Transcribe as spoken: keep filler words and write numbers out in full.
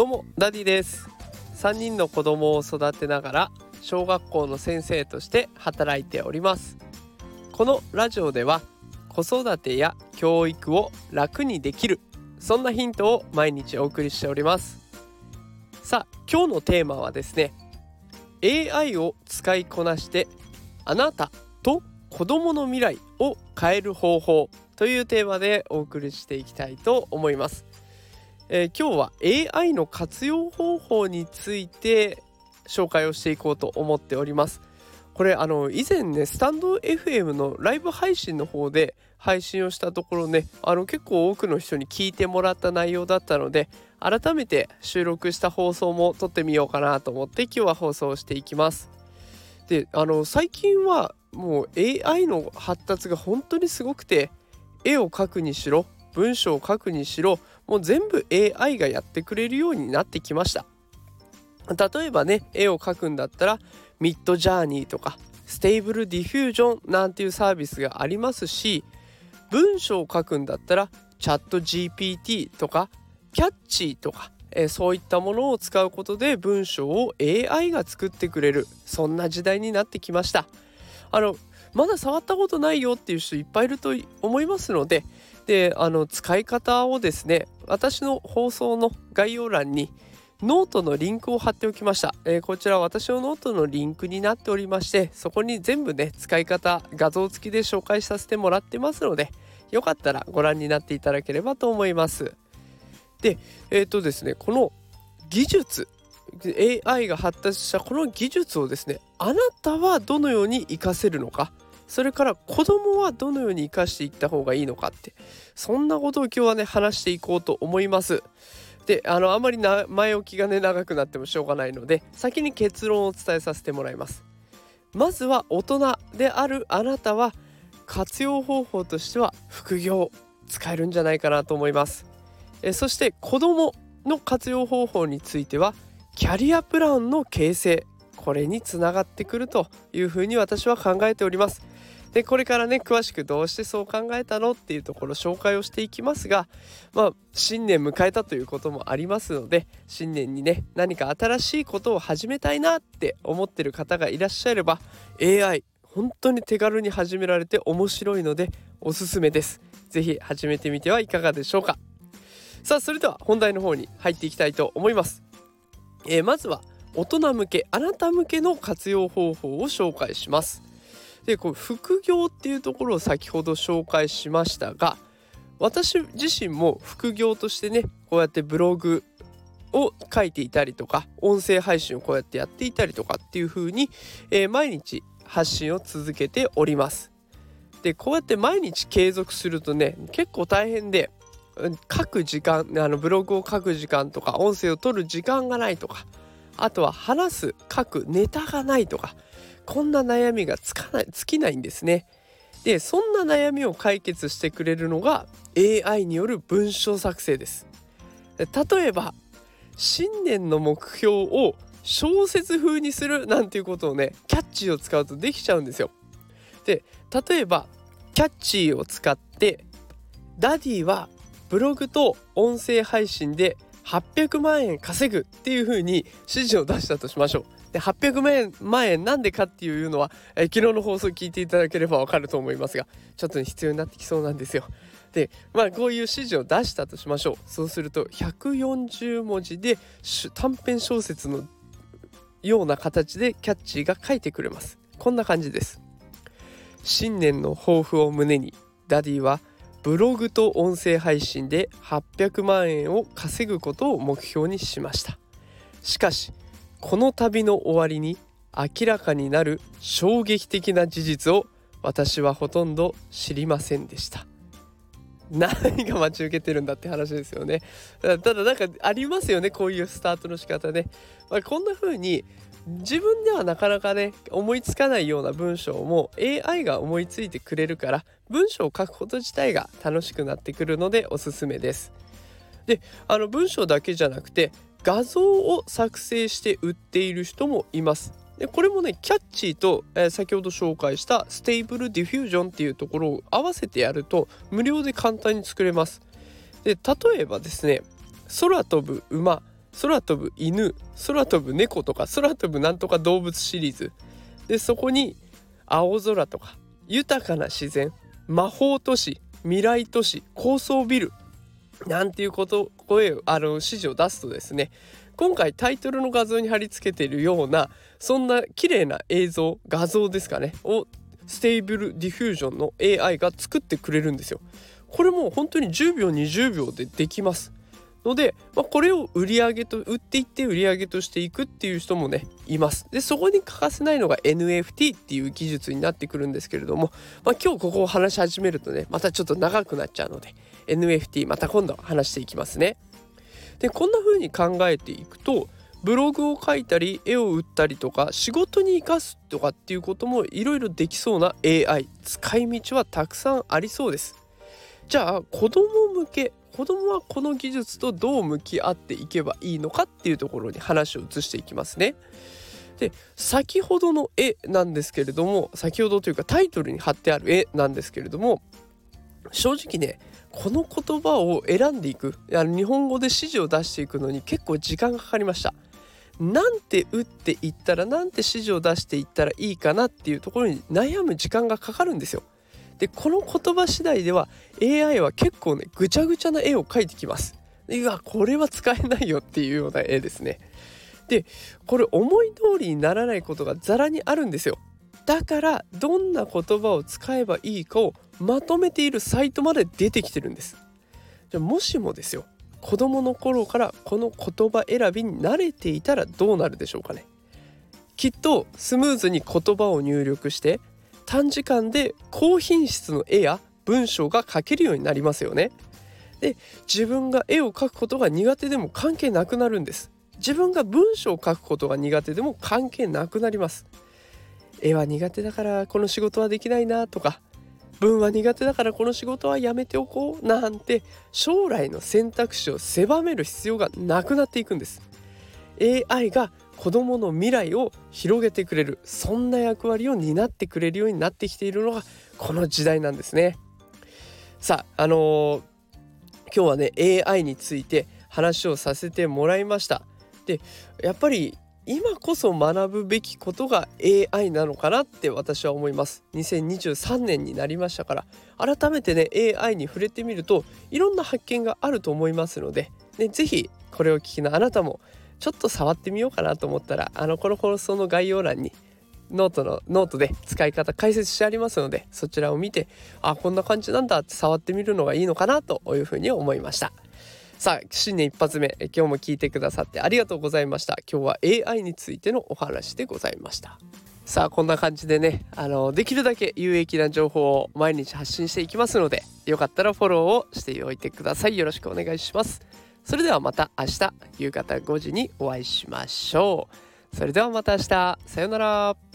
どうもダディです。さんにんの子供を育てながら小学校の先生として働いております。このラジオでは子育てや教育を楽にできる、そんなヒントを毎日お送りしております。さあ、今日のテーマはですね、 エーアイ を使いこなしてあなたと子供の未来を変える方法というテーマでお送りしていきたいと思います。えー、今日は エーアイ の活用方法について紹介をしていこうと思っております。これあの以前ね、スタンド エフエム のライブ配信の方で配信をしたところね、あの結構多くの人に聞いてもらった内容だったので、改めて収録した放送も撮ってみようかなと思って今日は放送していきます。で、あの最近はもう エーアイ の発達が本当にすごくて、絵を描くにしろ文章を書くにしろ、もう全部 エーアイ がやってくれるようになってきました。例えばね、絵を描くんだったらミッドジャーニーとかステーブルディフュージョンなんていうサービスがありますし、文章を書くんだったらチャット ジーピーティー とかキャッチーとか、えー、そういったものを使うことで文章を エーアイ が作ってくれる、そんな時代になってきました。あのまだ触ったことないよっていう人いっぱいいると思いますので、であの使い方をですね、私の放送の概要欄にノートのリンクを貼っておきました。えー、こちら私のノートのリンクになっておりまして、そこに全部ね、使い方画像付きで紹介させてもらってますので、よかったらご覧になっていただければと思います。で、えっとですね、この技術 エーアイ が発達したこの技術をですね、あなたはどのように活かせるのか、それから子供はどのように生かしていった方がいいのかって、そんなことを今日はね話していこうと思います。で、あのあまりな前置きがね長くなってもしょうがないので、先に結論を伝えさせてもらいます。まずは大人であるあなたは活用方法としては副業使えるんじゃないかなと思います。えそして子供の活用方法についてはキャリアプランの形成、これにつながってくるというふうに私は考えております。で、これからね詳しくどうしてそう考えたのっていうところ紹介をしていきますが、まあ新年迎えたということもありますので、新年にね何か新しいことを始めたいなって思ってる方がいらっしゃれば、 エーアイ 本当に手軽に始められて面白いのでおすすめです。ぜひ始めてみてはいかがでしょうか。さあ、それでは本題の方に入っていきたいと思います。えー、まずは大人向け、あなた向けの活用方法を紹介します。で、こう副業っていうところを先ほど紹介しましたが、私自身も副業としてね、こうやってブログを書いていたりとか、音声配信をこうやってやっていたりとかっていう風に、えー、毎日発信を続けております。で、こうやって毎日継続するとね、結構大変で、書く時間、あのブログを書く時間とか音声を取る時間がないとか、あとは話す書くネタがないとか、こんな悩みがつかない尽きないんですね。で、そんな悩みを解決してくれるのが エーアイ による文章作成です。で、例えば新年の目標を小説風にするなんていうことをね、キャッチーを使うとできちゃうんですよ。で、例えばキャッチーを使って、ダディはブログと音声配信ではっぴゃくまんえん稼ぐっていう風に指示を出したとしましょう。で、はっぴゃくまんえんなんでかっていうのは、え昨日の放送を聞いていただければわかると思いますが、ちょっと、ね、必要になってきそうなんですよ。で、まあこういう指示を出したとしましょう。そうするとひゃくよんじゅうもじで短編小説のような形でキャッチーが書いてくれます。こんな感じです。新年の抱負を胸に、ダディはブログと音声配信ではっぴゃくまんえんを稼ぐことを目標にしました。しかしこの旅の終わりに明らかになる衝撃的な事実を私はほとんど知りませんでした。何が待ち受けてるんだって話ですよね。ただなんかありますよね、こういうスタートの仕方ね。まあ、こんな風に自分ではなかなかね思いつかないような文章も エーアイ が思いついてくれるから、文章を書くこと自体が楽しくなってくるのでおすすめです。で、あの文章だけじゃなくて画像を作成して売っている人もいます。で、これもねキャッチーと、えー、先ほど紹介したステーブルディフュージョンっていうところを合わせてやると無料で簡単に作れます。で、例えばですね、空飛ぶ馬空飛ぶ犬、空飛ぶ猫とか空飛ぶなんとか動物シリーズで、そこに青空とか豊かな自然、魔法都市、未来都市、高層ビルなんていうこと声あの指示を出すとですね、今回タイトルの画像に貼り付けているようなそんな綺麗な映像画像ですかねをステーブルディフュージョンの エーアイ が作ってくれるんですよ。これもう本当にじゅうびょうにじゅうびょうでできますので、まあ、これを売り上げと売っていって売り上げとしていくっていう人もねいます。でそこに欠かせないのが エヌエフティー っていう技術になってくるんですけれども、まあ、今日ここを話し始めるとねまたちょっと長くなっちゃうので エヌエフティー また今度話していきますね。でこんな風に考えていくと、ブログを書いたり絵を売ったりとか仕事に生かすとかっていうこともいろいろできそうな エーアイ、 使い道はたくさんありそうです。じゃあ子供向け子供はこの技術とどう向き合っていけばいいのかっていうところに話を移していきますね。で先ほどの絵なんですけれども、先ほどというかタイトルに貼ってある絵なんですけれども、正直ねこの言葉を選んでいく、あの日本語で指示を出していくのに結構時間がかかりました。なんて打っていったら、なんて指示を出していったらいいかなっていうところに悩む時間がかかるんですよ。でこの言葉次第では エーアイ は結構ねぐちゃぐちゃな絵を描いてきます。でうわこれは使えないよっていうような絵ですね。でこれ思い通りにならないことがざらにあるんですよ。だからどんな言葉を使えばいいかをまとめているサイトまで出てきてるんです。じゃあもしもですよ、子供の頃からこの言葉選びに慣れていたらどうなるでしょうかね。きっとスムーズに言葉を入力して短時間で高品質の絵や文章が描けるようになりますよね。で自分が絵を描くことが苦手でも関係なくなるんです。自分が文章を書くことが苦手でも関係なくなります。絵は苦手だからこの仕事はできないなとか、文は苦手だからこの仕事はやめておこうなんて将来の選択肢を狭める必要がなくなっていくんです。 エーアイ が子どもの未来を広げてくれる、そんな役割を担ってくれるようになってきているのがこの時代なんですね。さあ、あのー、今日はね エーアイ について話をさせてもらいました。でやっぱり今こそ学ぶべきことが エーアイ なのかなって私は思います。にせんにじゅうさんねんになりましたから、改めてね エーアイ に触れてみるといろんな発見があると思いますので、ね、ぜひこれを聞きのあなたもちょっと触ってみようかなと思ったら、あのこの放送の概要欄にノートのノートで使い方解説してありますので、そちらを見てあこんな感じなんだって触ってみるのがいいのかなというふうに思いました。さあ新年一発目、今日も聞いてくださってありがとうございました。今日は エーアイ についてのお話でございました。さあこんな感じでね、あのできるだけ有益な情報を毎日発信していきますので、よかったらフォローをしておいてください。よろしくお願いします。それではまた明日夕方ごじにお会いしましょう。それではまた明日、さようなら。